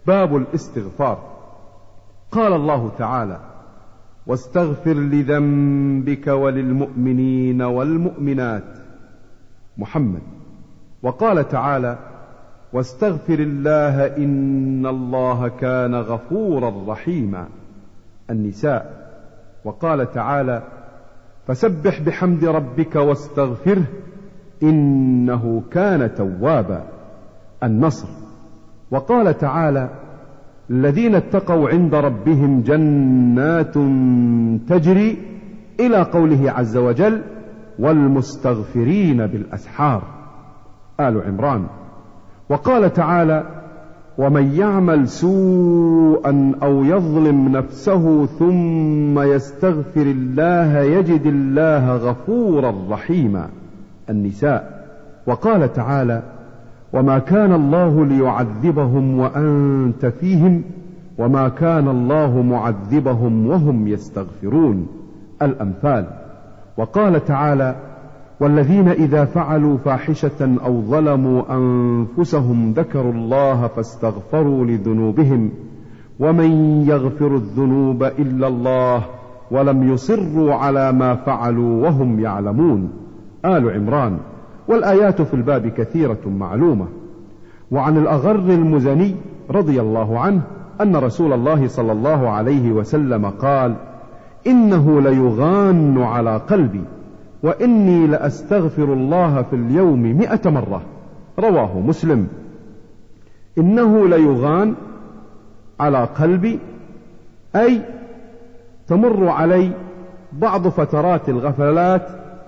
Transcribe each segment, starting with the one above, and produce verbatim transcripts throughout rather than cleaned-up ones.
باب الاستغفار. قال الله تعالى: واستغفر لذنبك وللمؤمنين والمؤمنات. محمد. وقال تعالى: واستغفر الله إن الله كان غفورا رحيما. النساء. وقال تعالى: فسبح بحمد ربك واستغفره إنه كان توابا. النصر. وقال تعالى: الذين اتقوا عند ربهم جنات تجري إلى قوله عز وجل: والمستغفرين بالأسحار. آل عمران. وقال تعالى: ومن يعمل سوءا أو يظلم نفسه ثم يستغفر الله يجد الله غفورا رحيما. النساء. وقال تعالى: وما كان الله ليعذبهم وأنت فيهم وما كان الله معذبهم وهم يستغفرون. الأنفال. وقال تعالى: والذين إذا فعلوا فاحشة أو ظلموا أنفسهم ذكروا الله فاستغفروا لذنوبهم ومن يغفر الذنوب إلا الله ولم يصروا على ما فعلوا وهم يعلمون. آل عمران. والآيات في الباب كثيرة معلومة. وعن الأغر المزني رضي الله عنه أن رسول الله صلى الله عليه وسلم قال: إنه ليغان على قلبي وإني لأستغفر الله في اليوم مئة مرة. رواه مسلم. إنه ليغان على قلبي أي تمر علي بعض فترات الغفلات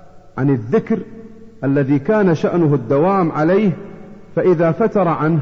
عن الذكر الذي كان شأنه الدوام عليه، فإذا فتر عنه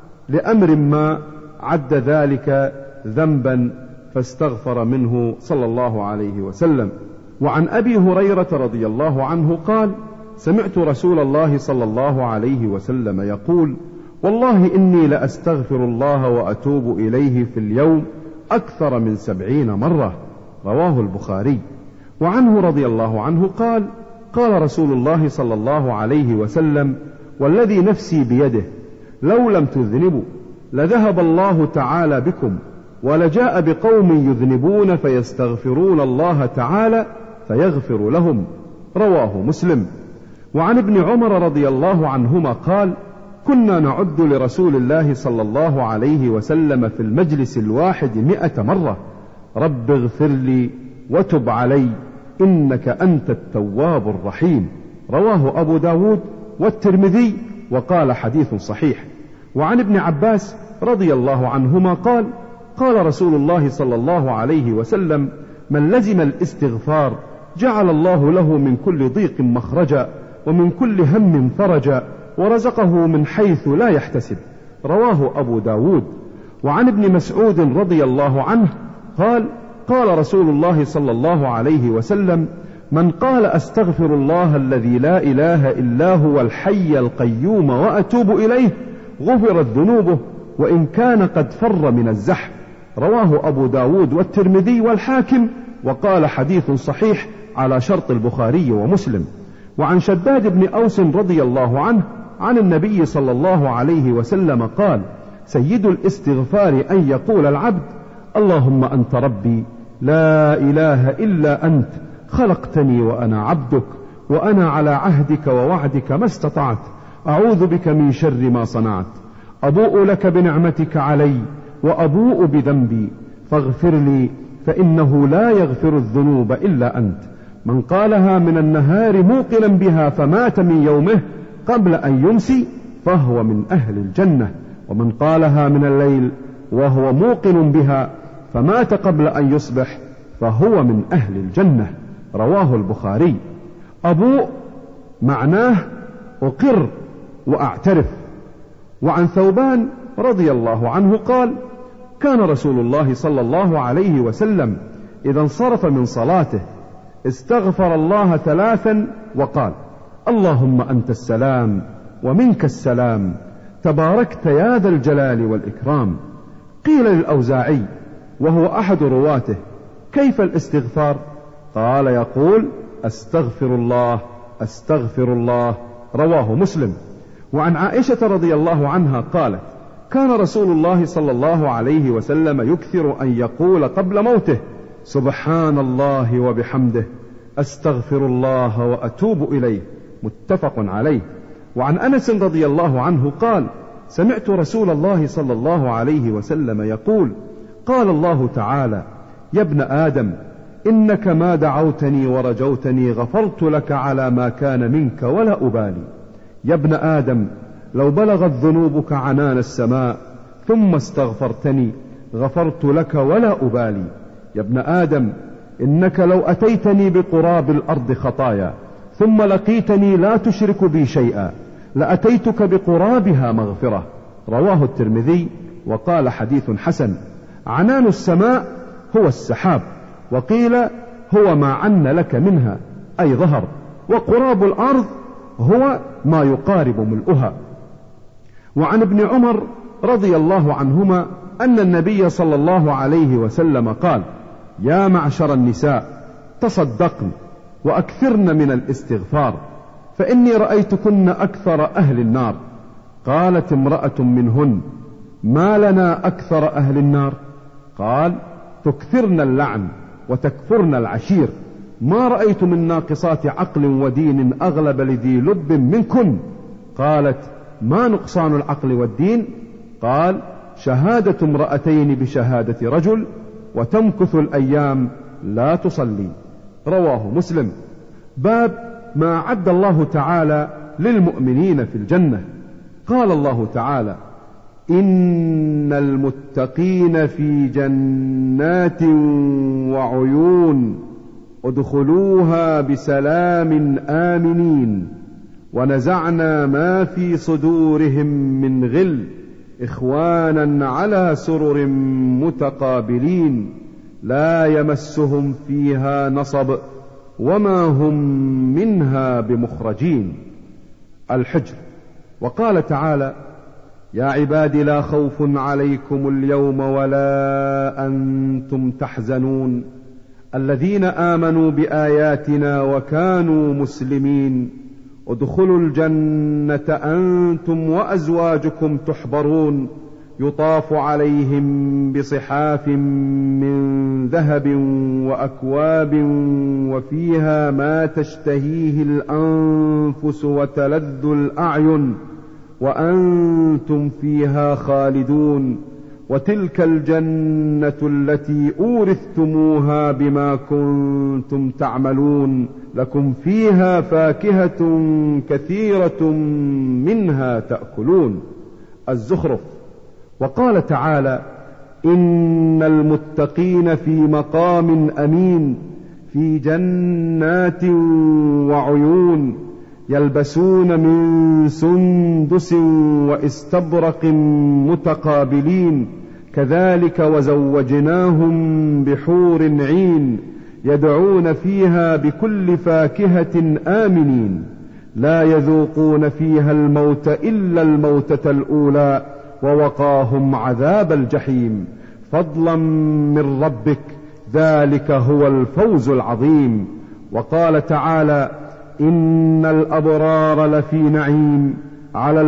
لأمر ما عد ذلك ذنبا فاستغفر منه صلى الله عليه وسلم. وعن أبي هريرة رضي الله عنه قال: سمعت رسول الله صلى الله عليه وسلم يقول: والله إني لأستغفر الله وأتوب إليه في اليوم أكثر من سبعين مرة. رواه البخاري. وعنه رضي الله عنه قال: قال رسول الله صلى الله عليه وسلم: والذي نفسي بيده لو لم تذنبوا لذهب الله تعالى بكم ولجاء بقوم يذنبون فيستغفرون الله تعالى فيغفر لهم. رواه مسلم. وعن ابن عمر رضي الله عنهما قال: كنا نعد لرسول الله صلى الله عليه وسلم في المجلس الواحد مئة مرة: رب اغفر لي وتب علي إنك أنت التواب الرحيم. رواه أبو داود والترمذي وقال حديث صحيح. وعن ابن عباس رضي الله عنهما قال: قال رسول الله صلى الله عليه وسلم: من لزم الاستغفار جعل الله له من كل ضيق مخرجا ومن كل هم فرجا ورزقه من حيث لا يحتسب. رواه أبو داود. وعن ابن مسعود رضي الله عنه قال: قال رسول الله صلى الله عليه وسلم: من قال أستغفر الله الذي لا إله إلا هو الحي القيوم وأتوب إليه غفرت ذنوبه وإن كان قد فر من الزحف. رواه أبو داود والترمذي والحاكم وقال حديث صحيح على شرط البخاري ومسلم. وعن شداد بن أوس رضي الله عنه عن النبي صلى الله عليه وسلم قال: سيد الاستغفار أن يقول العبد: اللهم أنت ربي لا إله إلا أنت خلقتني وأنا عبدك وأنا على عهدك ووعدك ما استطعت أعوذ بك من شر ما صنعت أبوء لك بنعمتك علي وأبوء بذنبي فاغفر لي فإنه لا يغفر الذنوب إلا أنت. من قالها من النهار موقنا بها فمات من يومه قبل أن يمسي فهو من أهل الجنة، ومن قالها من الليل وهو موقن بها فمات قبل أن يصبح فهو من أهل الجنة. رواه البخاري. أبوء معناه أقر وأعترف. وعن ثوبان رضي الله عنه قال: كان رسول الله صلى الله عليه وسلم إذا انصرف من صلاته استغفر الله ثلاثا وقال: اللهم أنت السلام ومنك السلام تباركت يا ذا الجلال والإكرام. قيل للأوزاعي وهو أحد رواته: كيف الاستغفار؟ قال: يقول: أستغفر الله أستغفر الله. رواه مسلم. وعن عائشة رضي الله عنها قالت: كان رسول الله صلى الله عليه وسلم يكثر أن يقول قبل موته: سبحان الله وبحمده، أستغفر الله وأتوب إليه، متفق عليه. وعن أنس رضي الله عنه قال: سمعت رسول الله صلى الله عليه وسلم يقول: قال الله تعالى: يا ابن آدم، إنك ما دعوتني ورجوتني غفرت لك على ما كان منك ولا أبالي. يا ابن آدم، لو بلغت ذنوبك عنان السماء ثم استغفرتني غفرت لك ولا أبالي. يا ابن آدم، إنك لو أتيتني بقراب الأرض خطايا ثم لقيتني لا تشرك بي شيئا لأتيتك بقرابها مغفرة. رواه الترمذي وقال حديث حسن. عنان السماء هو السحاب، وقيل هو ما عن لك منها أي ظهر، وقراب الأرض هو ما يقارب ملؤها. وعن ابن عمر رضي الله عنهما أن النبي صلى الله عليه وسلم قال: يا معشر النساء، تصدقن وأكثرن من الاستغفار، فإني رأيتكن أكثر أهل النار. قالت امرأة منهن: ما لنا أكثر أهل النار؟ قال: تكثرن اللعن وتكفرن العشير، ما رأيت من ناقصات عقل ودين أغلب لذي لب منكن. قالت: ما نقصان العقل والدين؟ قال: شهادة امرأتين بشهادة رجل، وتمكث الأيام لا تصلي. رواه مسلم. باب ما عد الله تعالى للمؤمنين في الجنة. قال الله تعالى: إن المتقين في جنات وعيون ادخلوها بسلام آمنين، ونزعنا ما في صدورهم من غل إخوانا على سرر متقابلين لا يمسهم فيها نصب وما هم منها بمخرجين. الحجر. وقال تعالى: يا عباد لا خوف عليكم اليوم ولا أنتم تحزنون الذين آمنوا بآياتنا وكانوا مسلمين ادخلوا الجنة أنتم وأزواجكم تحبرون يطاف عليهم بصحاف من ذهب وأكواب وفيها ما تشتهيه الأنفس وتلذ الأعين وأنتم فيها خالدون وتلك الجنة التي أورثتموها بما كنتم تعملون لكم فيها فاكهة كثيرة منها تأكلون. الزخرف. وقال تعالى: إن المتقين في مقام أمين في جنات وعيون يلبسون من سندس واستبرق متقابلين كذلك وزوجناهم بحور عين يدعون فيها بكل فاكهة آمنين لا يذوقون فيها الموت إلا الموتة الأولى ووقاهم عذاب الجحيم فضلا من ربك ذلك هو الفوز العظيم. وقال تعالى: إن الأبرار لفي نعيم على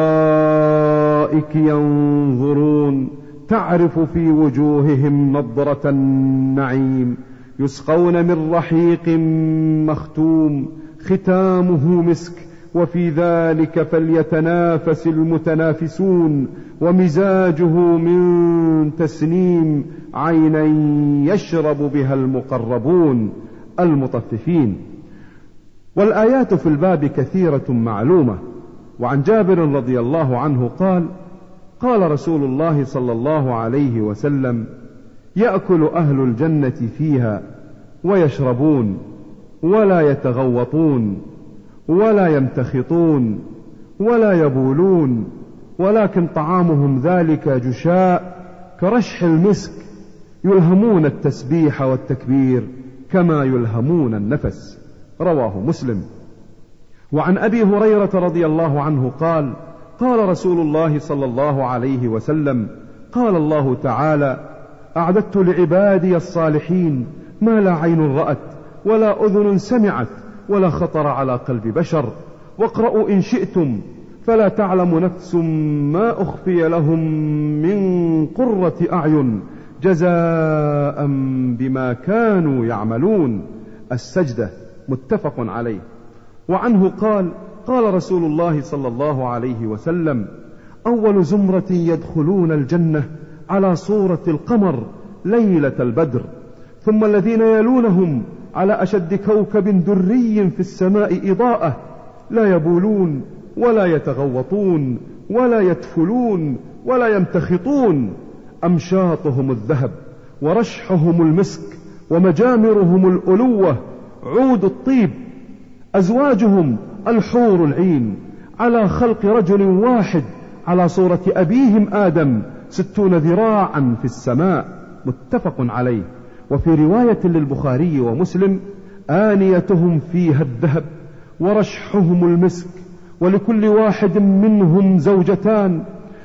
الأرائك ينظرون تعرف في وجوههم نضرة النعيم يسقون من رحيق مختوم ختامه مسك وفي ذلك فليتنافس المتنافسون ومزاجه من تسنيم عينا يشرب بها المقربون المطففين. والآيات في الباب كثيرة معلومة. وعن جابر رضي الله عنه قال: قال رسول الله صلى الله عليه وسلم: يأكل أهل الجنة فيها ويشربون ولا يتغوطون ولا يمتخطون ولا يبولون ولكن طعامهم ذلك جشاء كرشح المسك يلهمون التسبيح والتكبير كما يلهمون النفس. رواه مسلم. وعن أبي هريرة رضي الله عنه قال: قال رسول الله صلى الله عليه وسلم: قال الله تعالى: أعددت لعبادي الصالحين ما لا عين رأت ولا أذن سمعت ولا خطر على قلب بشر. واقرأوا إن شئتم فلا تعلم نفس ما أخفي لهم من قرة أعين جزاء بما كانوا يعملون. السجدة، متفق عليه. وعنه قال: قال رسول الله صلى الله عليه وسلم: أول زمرة يدخلون الجنة على صورة القمر ليلة البدر، ثم الذين يلونهم على أشد كوكب دري في السماء إضاءة، لا يبولون ولا يتغوطون ولا يتفلون ولا يمتخطون، أمشاطهم الذهب ورشحهم المسك ومجامرهم الألوة عود الطيب، أزواجهم الحور العين، على خلق رجل واحد على صورة أبيهم آدم ستون ذراعا في السماء، متفق عليه. وفي رواية للبخاري ومسلم: آنيتهم فيها الذهب ورشحهم المسك، ولكل واحد منهم زوجتان،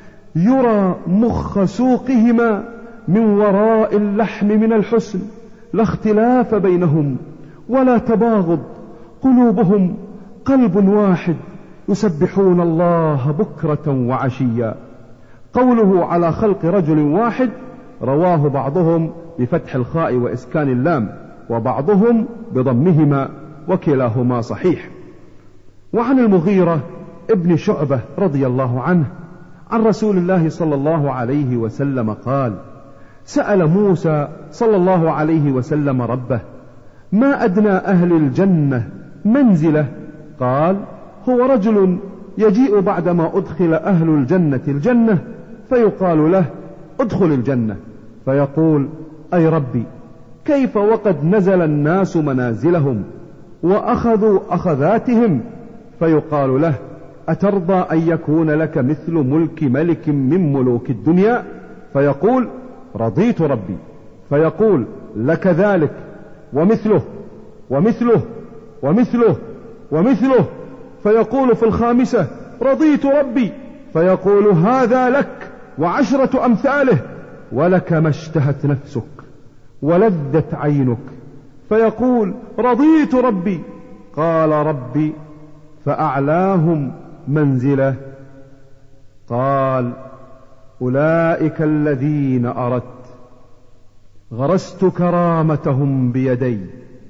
يرى مخ سوقهما من وراء اللحم من الحسن، لا اختلاف بينهم ولا تباغض، قلوبهم قلب واحد، يسبحون الله بكرة وعشيا. قوله على خلق رجل واحد رواه بعضهم بفتح الخاء وإسكان اللام، وبعضهم بضمهما، وكلاهما صحيح. وعن المغيرة ابن شعبة رضي الله عنه عن رسول الله صلى الله عليه وسلم قال: سأل موسى صلى الله عليه وسلم ربه: ما أدنى أهل الجنة منزلة؟ قال: هو رجل يجيء بعدما أدخل أهل الجنة الجنة فيقال له: ادخل الجنة، فيقول: أي ربي، كيف وقد نزل الناس منازلهم وأخذوا أخذاتهم؟ فيقال له: أترضى أن يكون لك مثل ملك ملك من ملوك الدنيا؟ فيقول: رضيت ربي. فيقول: لك ذلك ومثله ومثله ومثله ومثله. فيقول في الخامسة: رضيت ربي. فيقول: هذا لك وعشرة أمثاله، ولك ما اشتهت نفسك ولذت عينك. فيقول: رضيت ربي. قال: ربي فأعلاهم منزله. قال: أولئك الذين أردت، غرست كرامتهم بيدي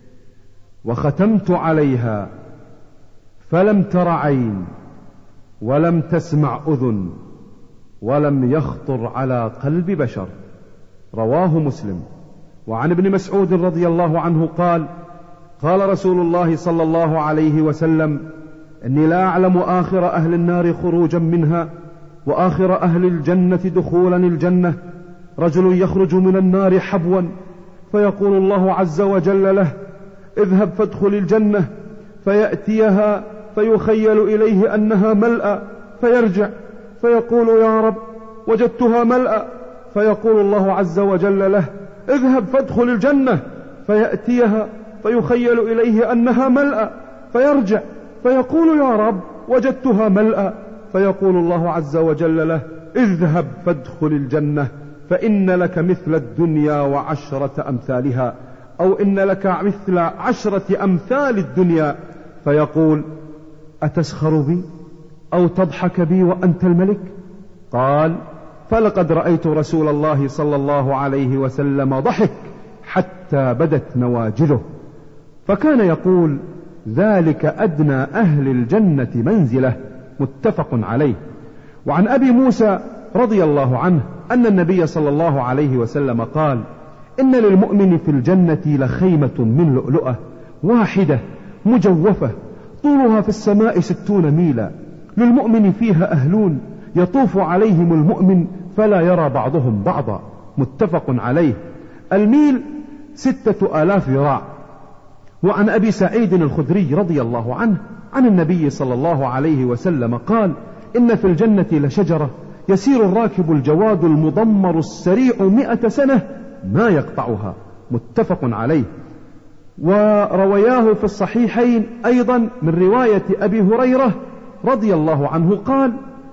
وختمت عليها، فلم تر عين ولم تسمع أذن ولم يخطر على قلب بشر. رواه مسلم. وعن ابن مسعود رضي الله عنه قال: قال رسول الله صلى الله عليه وسلم: إني لا أعلم آخر أهل النار خروجا منها وآخر أهل الجنة دخولا الجنة رجل يخرج من النار حبوا، فيقول الله عز وجل له: اذهب فادخل الجنة، فيأتيها فيخيل إليه أنها ملأى، فيرجع فيقول: يا رب وجدتها ملأى. فيقول الله عز وجل له: اذهب فادخل الجنة، فيأتيها فيخيل إليه أنها ملأى، فيرجع فيقول: يا رب وجدتها ملأى. فيقول الله عز وجل له: اذهب فادخل الجنة، فإن لك مثل الدنيا وعشرة أمثالها، أو إن لك مثل عشرة أمثال الدنيا. فيقول: أتسخر بي أو تضحك بي وأنت الملك؟ قال: فلقد رأيت رسول الله صلى الله عليه وسلم ضحك حتى بدت نواجذه. فكان يقول: ذلك أدنى أهل الجنة منزلة، متفق عليه. وعن أبي موسى رضي الله عنه أن النبي صلى الله عليه وسلم قال: إن للمؤمن في الجنة لخيمة من لؤلؤة واحدة مجوفة طولها في السماء ستون ميلا، للمؤمن فيها أهلون يطوف عليهم المؤمن فلا يرى بعضهم بعضا، متفق عليه. الميل ستة آلاف ذراع. وعن أبي سعيد الخدري رضي الله عنه عن النبي صلى الله عليه وسلم قال: إن في الجنة لشجرة يسير الراكب الجواد المضمر السريع مئة سنة ما يقطعها، متفق عليه. وروياه في الصحيحين أيضا من رواية أبي هريرة رضي الله عنه قال: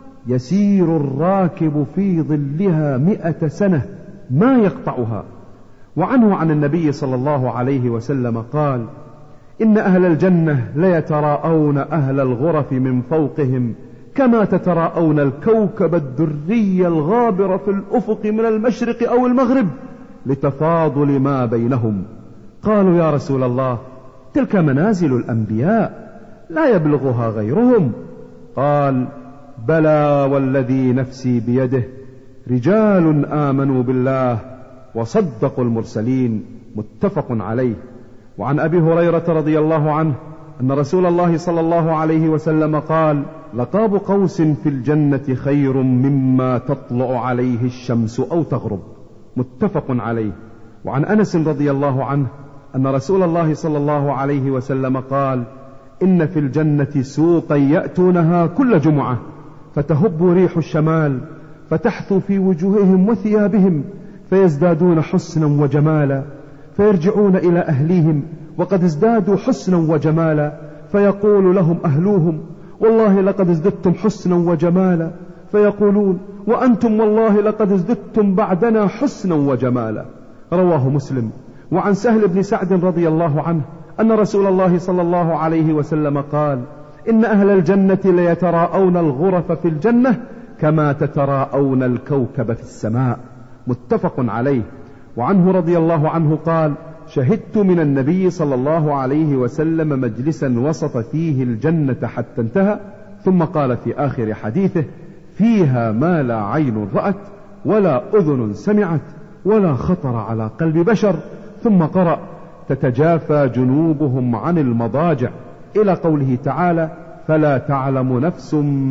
يسير الراكب في ظلها مئة سنة ما يقطعها. وعنه عن النبي صلى الله عليه وسلم قال: إن أهل الجنة ليتراءون أهل الغرف من فوقهم كما تتراءون الكوكب الدري الغابر في الأفق من المشرق أو المغرب لتفاضل ما بينهم. قالوا يا رسول الله تلك منازل الأنبياء لا يبلغها غيرهم. قال بلى والذي نفسي بيده رجال آمنوا بالله وصدقوا المرسلين. متفق عليه. وعن أبي هريرة رضي الله عنه أن رسول الله صلى الله عليه وسلم قال لقاب قوس في الجنة خير مما تطلع عليه الشمس أو تغرب. متفق عليه. وعن أنس رضي الله عنه أن رسول الله صلى الله عليه وسلم قال إن في الجنة سوقا يأتونها كل جمعة فتهب ريح الشمال فتحثو في وجوههم وثيابهم فيزدادون حسنا وجمالا فيرجعون إلى أهليهم وقد ازدادوا حسنا وجمالا فيقول لهم أهلوهم والله لقد ازددتم حسنا وجمالا فيقولون وأنتم والله لقد ازددتم بعدنا حسنا وجمالا. رواه مسلم. وعن سهل بن سعد رضي الله عنه أن رسول الله صلى الله عليه وسلم قال إن أهل الجنة ليتراءون الغرف في الجنة كما تتراءون الكوكب في السماء. متفق عليه. وعنه رضي الله عنه قال شهدت من النبي صلى الله عليه وسلم مجلسا وسط فيه الجنة حتى انتهى ثم قال في آخر حديثه فيها ما لا عين رأت ولا أذن سمعت ولا خطر على قلب بشر ثم قرأ تتجافى جنوبهم عن المضاجع إلى قوله تعالى فلا تعلم نفس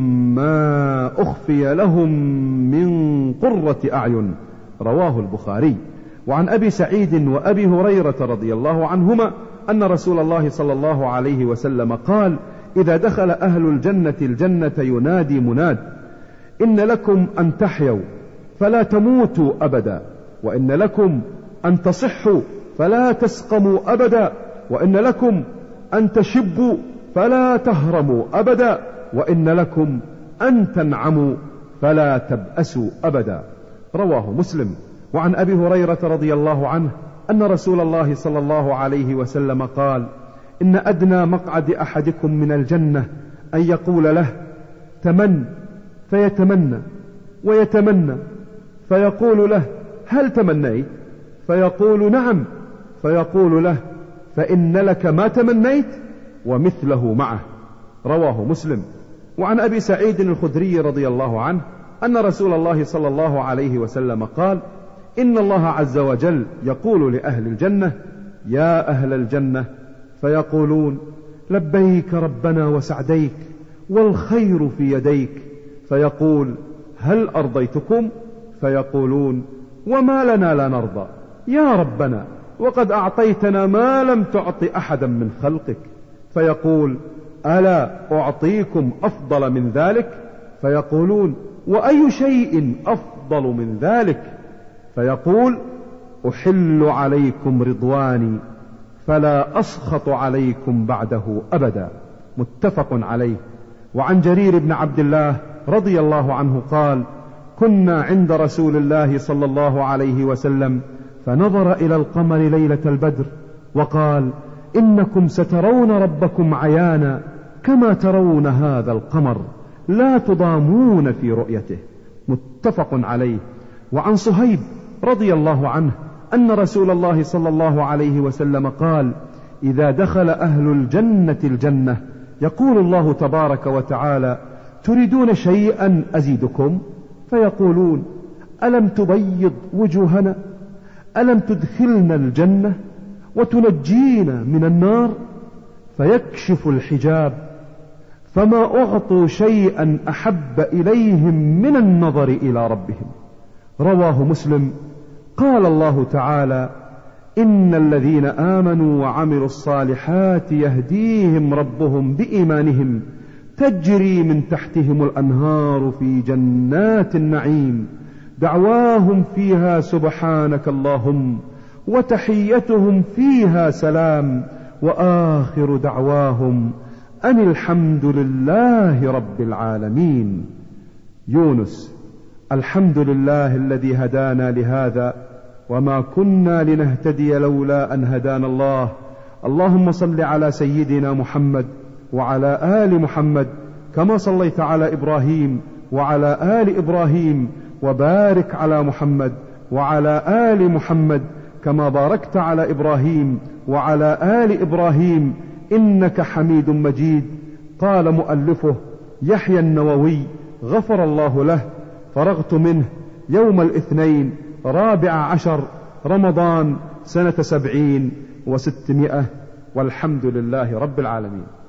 ما أخفي لهم من قرة أعين. رواه البخاري. وعن أبي سعيد وأبي هريرة رضي الله عنهما أن رسول الله صلى الله عليه وسلم قال إذا دخل أهل الجنة الجنة ينادي مناد إن لكم أن تحيوا فلا تموتوا أبدا وإن لكم أن تصحوا فلا تسقموا أبدا وإن لكم أن تشبوا فلا تهرموا أبدا وإن لكم أن تنعموا فلا تبأسوا أبدا. رواه مسلم. وعن أبي هريرة رضي الله عنه أن رسول الله صلى الله عليه وسلم قال إن أدنى مقعد أحدكم من الجنة أن يقول له تمن فيتمنى ويتمنى فيقول له هل تمنيت فيقول نعم فيقول له فإن لك ما تمنيت ومثله معه. رواه مسلم. وعن أبي سعيد الخدري رضي الله عنه أن رسول الله صلى الله عليه وسلم قال إن الله عز وجل يقول لأهل الجنة يا أهل الجنة فيقولون لبيك ربنا وسعديك والخير في يديك فيقول هل أرضيتكم فيقولون وما لنا لا نرضى يا ربنا وقد أعطيتنا ما لم تعط أحدا من خلقك فيقول ألا أعطيكم أفضل من ذلك فيقولون وأي شيء أفضل من ذلك فيقول أحل عليكم رضواني فلا أسخط عليكم بعده أبدا. متفق عليه. وعن جرير بن عبد الله رضي الله عنه قال كنا عند رسول الله صلى الله عليه وسلم فنظر إلى القمر ليلة البدر وقال إنكم سترون ربكم عيانا كما ترون هذا القمر لا تضامون في رؤيته. متفق عليه. وعن صهيب رضي الله عنه أن رسول الله صلى الله عليه وسلم قال إذا دخل أهل الجنة الجنة يقول الله تبارك وتعالى تريدون شيئا أزيدكم فيقولون ألم تبيض وجوهنا ألم تدخلنا الجنة وتنجينا من النار فيكشف الحجاب فما أعطوا شيئا أحب إليهم من النظر إلى ربهم. رواه مسلم. قال الله تعالى إن الذين آمنوا وعملوا الصالحات يهديهم ربهم بإيمانهم تجري من تحتهم الأنهار في جنات النعيم دعواهم فيها سبحانك اللهم وتحيتهم فيها سلام وآخر دعواهم أن الحمد لله رب العالمين. يونس الحمد لله الذي هدانا لهذا وما كنا لنهتدي لولا أن هدانا الله. اللهم صل على سيدنا محمد وعلى آل محمد كما صليت على إبراهيم وعلى آل إبراهيم، وبارك على محمد وعلى آل محمد كما باركت على إبراهيم وعلى آل إبراهيم إنك حميد مجيد. قال مؤلفه يحيى النووي غفر الله له: فرغت منه يوم الاثنين رابع عشر رمضان سنة سبعين وستمائة، والحمد لله رب العالمين.